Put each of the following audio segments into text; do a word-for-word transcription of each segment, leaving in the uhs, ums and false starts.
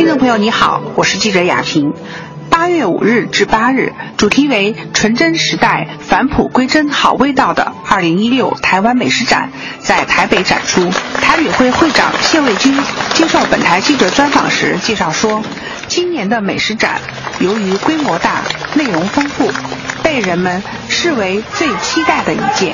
听众朋友你好，我是记者雅萍。八月五日至八日，主题为纯真时代返璞归真好味道的二零一六台湾美食展在台北展出。台旅会会长谢卫军接受本台记者专访时介绍说，今年的美食展由于规模大、内容丰富，被人们视为最期待的一届。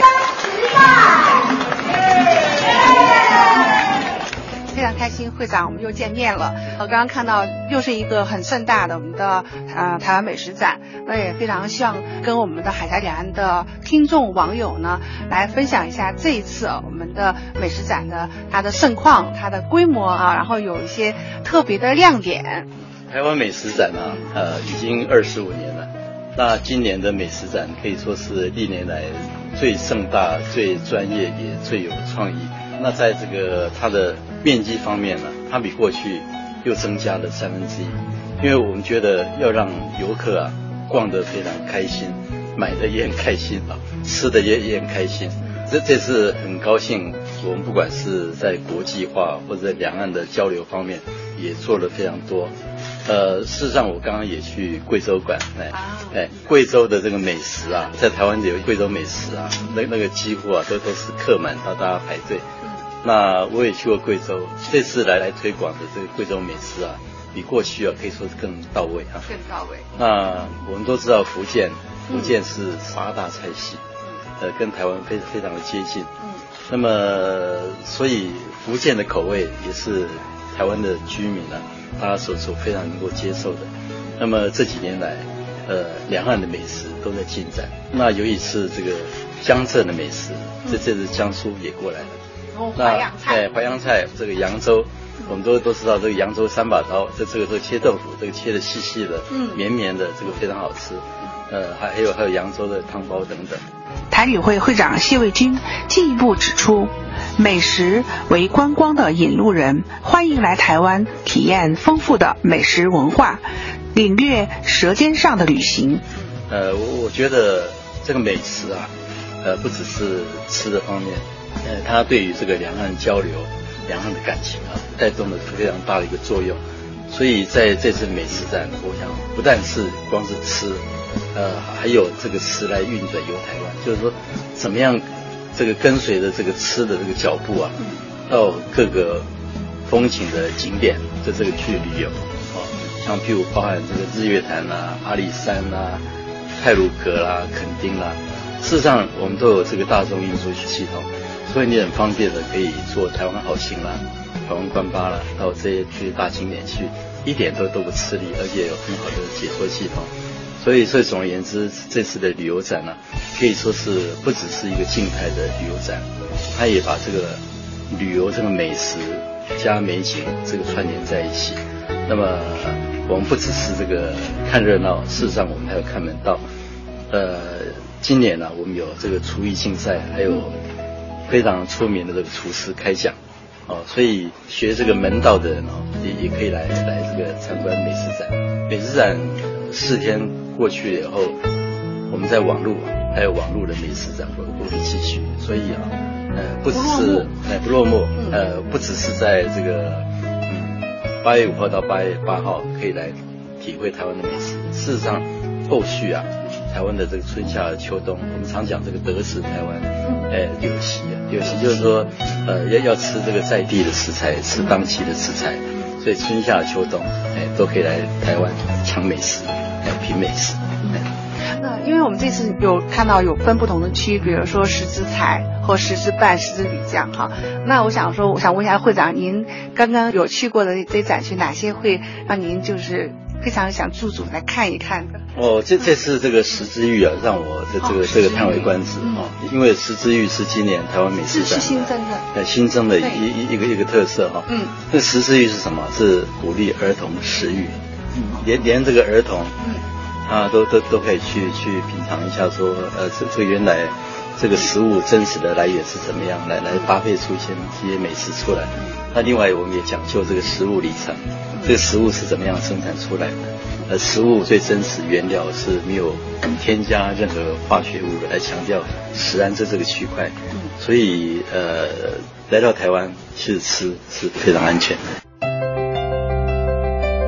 非常开心，会长我们又见面了。我刚刚看到又是一个很盛大的我们的呃台湾美食展，那也非常希望跟我们的海峡两岸的听众网友呢来分享一下这一次我们的美食展的它的盛况、它的规模啊，然后有一些特别的亮点。 台湾美食展啊，呃，已经二十五年了。那今年的美食展可以说是历年来最盛大、最专业也最有创意。那在这个它的面积方面呢，它比过去又增加了三分之一，因为我们觉得要让游客啊逛得非常开心，买的也很开心啊，吃的也也很开心。这这次很高兴，我们不管是在国际化或者在两岸的交流方面，也做了非常多。呃，事实上我刚刚也去贵州馆，哎哎，贵州的这个美食啊，在台湾有贵州美食啊，那那个几乎啊都都是客满到大家排队。那我也去过贵州，这次来来推广的这个贵州美食啊，比过去啊可以说是更到位啊。 更到位。 那我们都知道福建，福建是八大菜系，呃，跟台湾非非常的接近。嗯。那么，所以福建的口味也是台湾的居民啊，大家所所非常能够接受的。那么这几年来，呃，两岸的美食都在进展。那尤其是这个江浙的美食，这这次江苏也过来了。 那哎，淮扬菜，这个扬州，我们都都知道这个扬州三把刀，这这个这个切豆腐，这个切的细细的，嗯，绵绵的，这个非常好吃。呃，还还有还有扬州的汤包等等。 台旅会会长谢卫军进一步指出，美食为观光的引路人，欢迎来台湾体验丰富的美食文化，领略舌尖上的旅行。 呃，我我觉得这个美食啊，呃，不只是吃的方面。呃，它对于这个两岸交流、两岸的感情啊，带动了非常大的一个作用。所以在这次美食展，我想不但是光是吃，呃，还有这个时来运转游台湾，就是说怎么样这个跟随着这个吃的这个脚步啊，到各个风景的景点在这个去旅游哦，像譬如包含这个日月潭啦、阿里山啦、太鲁阁啦、垦丁啦，事实上我们都有这个大众运输系统。所以你很方便的可以坐台湾好行啦、台湾观巴啦，到这些去大景点去，一点都都不吃力，而且有很好的解说系统。所以，所以总而言之，这次的旅游展呢、啊，可以说是不只是一个静态的旅游展，它也把这个旅游这个美食加美景这个串联在一起。那么，我们不只是这个看热闹，事实上我们还有看门道。呃，今年呢、啊，我们有这个厨艺竞赛，还有非常出名的这个厨师开讲，哦，所以学这个门道的人哦，也也可以来来这个参观美食展。美食展四天过去了以后，我们在网络还有网络的美食展会会继续，所以啊，呃，不只是呃不落幕，呃，不只是在这个嗯八月五号到八月八号可以来体会台湾的美食。事实上，后续啊。台湾的这个春夏秋冬，我们常讲这个德食台湾，哎，柳席啊，柳席就是说，呃，要要吃这个在地的食材，吃当季的食材，所以春夏秋冬，哎，都可以来台湾抢美食，还有品美食。 那因为我们这次有看到有分不同的区，比如说十之菜或十之半、十之旅酱哈。那我想说，我想问一下会长，您刚刚有去过的这展区，哪些会让您就是非常想驻足来看一看的？ 哦，这这次这个十之玉啊，让我的这个、哦、这个叹为观止哦，因为十之玉是今年台湾美食展是新增的， 呃，新增的一一一个一个特色哈、哦。嗯，那十之玉是什么？是鼓励儿童食育，嗯，连连这个儿童，嗯，啊，都都都可以去去品尝一下说，呃，这这个原来这个食物真实的来源是怎么样，来来搭配出一些这些美食出来。那另外我们也讲究这个食物里程，这个食物是怎么样生产出来的。呃，食物最真实原料是没有添加任何化学物来强调食安这这个区块，所以呃，来到台湾其实吃是非常安全的。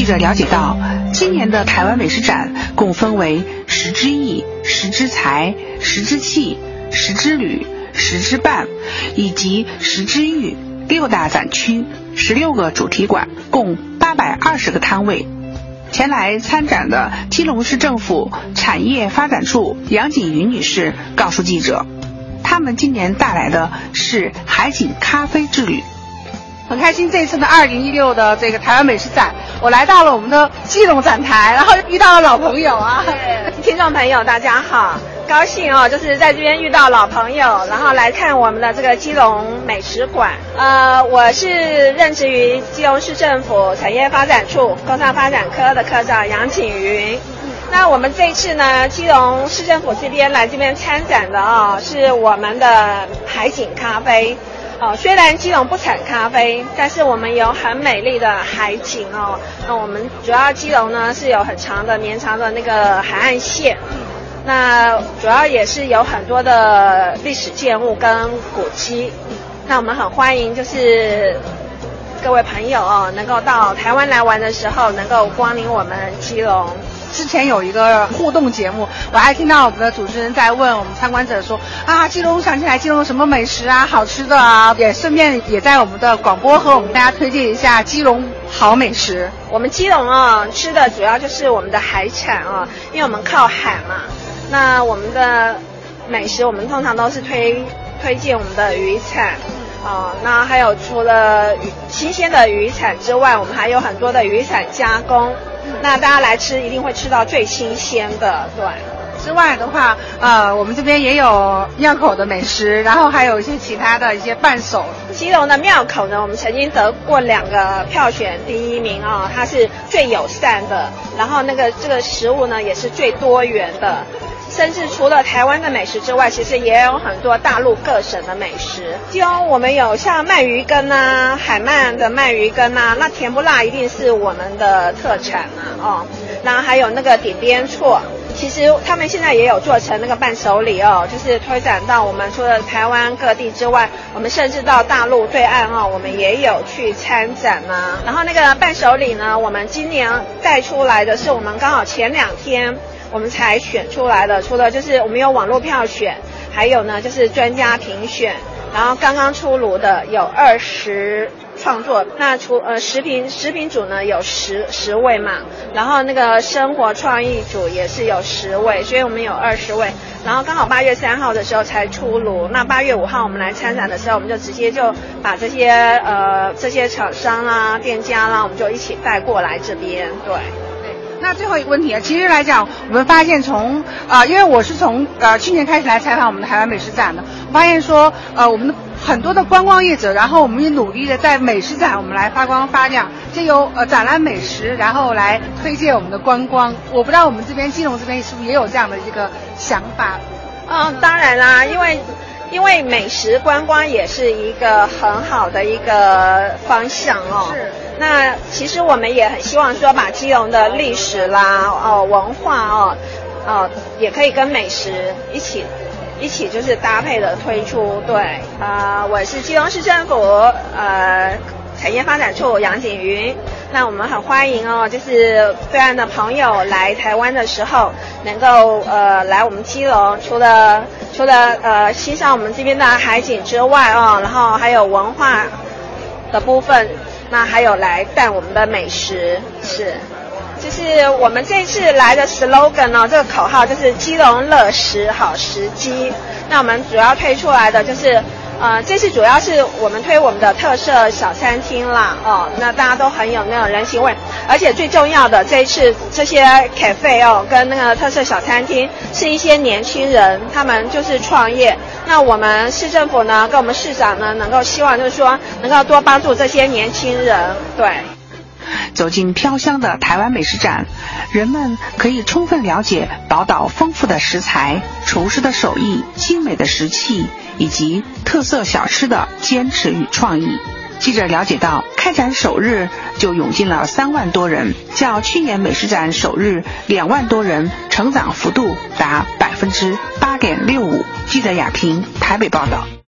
记者了解到，今年的台湾美食展共分为食之艺、食之材、食之器、食之旅、食之伴以及食之育六大展区，十六个主题馆，共八百二十个摊位。前来参展的基隆市政府产业发展处杨景云女士告诉记者，他们今年带来的是海景咖啡之旅。 很开心这一次的二零一六的这个台湾美食展，我来到了我们的基隆展台，然后遇到了老朋友啊。 听众朋友大家好，高兴哦，就是在这边遇到老朋友，然后来看我们的这个基隆美食馆。呃，我是任职于基隆市政府产业发展处工商发展科的科长杨景云。那我们这一次呢，基隆市政府这边来这边参展的哦，是我们的海景咖啡。哦，虽然基隆不产咖啡，但是我们有很美丽的海景哦。那我们主要基隆呢是有很长的绵长的那个海岸线，那主要也是有很多的历史建物跟古迹。那我们很欢迎就是各位朋友哦，能够到台湾来玩的时候，能够光临我们基隆。 之前有一个互动节目，我还听到我们的主持人在问我们参观者说啊，基隆想起来基隆有什么美食啊，好吃的啊，也顺便也在我们的广播和我们大家推荐一下基隆好美食。 我们基隆啊，吃的主要就是我们的海产啊，因为我们靠海嘛。那我们的美食，我们通常都是推推荐我们的渔产。哦，那还有除了鱼新鲜的渔产之外，我们还有很多的渔产加工。那大家来吃一定会吃到最新鲜的，对。 之外的话，呃，我们这边也有庙口的美食，然后还有一些其他的一些伴手。 基隆的庙口呢，我们曾经得过两个票选第一名啊、哦，它是最友善的，然后那个这个食物呢也是最多元的。甚至除了台湾的美食之外，其实也有很多大陆各省的美食。基隆我们有像鳗鱼羹啊，海鳗的鳗鱼羹啊，那甜不辣一定是我们的特产啊，哦，然后还有那个鼎边错，其实他们现在也有做成那个伴手礼哦，就是推展到我们除了台湾各地之外，我们甚至到大陆对岸哦，我们也有去参展啊。然后那个伴手礼呢，我们今年带出来的是我们刚好前两天我们才选出来的，除了就是我们有网络票选，还有呢就是专家评选，然后刚刚出炉的有二十创作，那除呃食品食品组呢有十十位嘛，然后那个生活创意组也是有十位，所以我们有二十位，然后刚好八月三号的时候才出炉，那八月五号我们来参展的时候，我们就直接就把这些呃这些厂商啦、店家啦，我们就一起带过来这边，对。 那最后一个问题啊，其实来讲，我们发现从啊、呃，因为我是从呃去年开始来采访我们的台湾美食展的，我发现说呃我们的很多的观光业者，然后我们也努力的在美食展我们来发光发亮，借由呃展览美食，然后来推荐我们的观光。我不知道我们这边基隆这边是不是也有这样的一个想法？ 嗯，当然啦，因为。因为美食观光也是一个很好的一个方向哦。是。那其实我们也很希望说，把基隆的历史啦、哦文化哦，哦也可以跟美食一起一起就是搭配的推出。对，呃，我是基隆市政府呃产业发展处杨景云。那我们很欢迎哦，就是对岸的朋友来台湾的时候，能够呃来我们基隆，除了除了呃欣赏我们这边的海景之外哦，然后还有文化的部分，那还有来淡我们的美食，是，就是我们这次来的 slogan 哦，这个口号就是基隆乐食好时机。那我们主要推出来的就是。呃，这次主要是我们推我们的特色小餐厅啦，哦，那大家都很有那种人情味，而且最重要的这一次这些 cafe 哦，跟那个特色小餐厅是一些年轻人，他们就是创业。那我们市政府呢，跟我们市长呢，能够希望就是说，能够多帮助这些年轻人，对。 走进飘香的台湾美食展，人们可以充分了解宝岛丰富的食材、厨师的手艺、精美的食器以及特色小吃的坚持与创意。记者了解到，开展首日就涌进了三万多人，较去年美食展首日两万多人成长幅度达百分之八点六五。记者雅萍台北报道。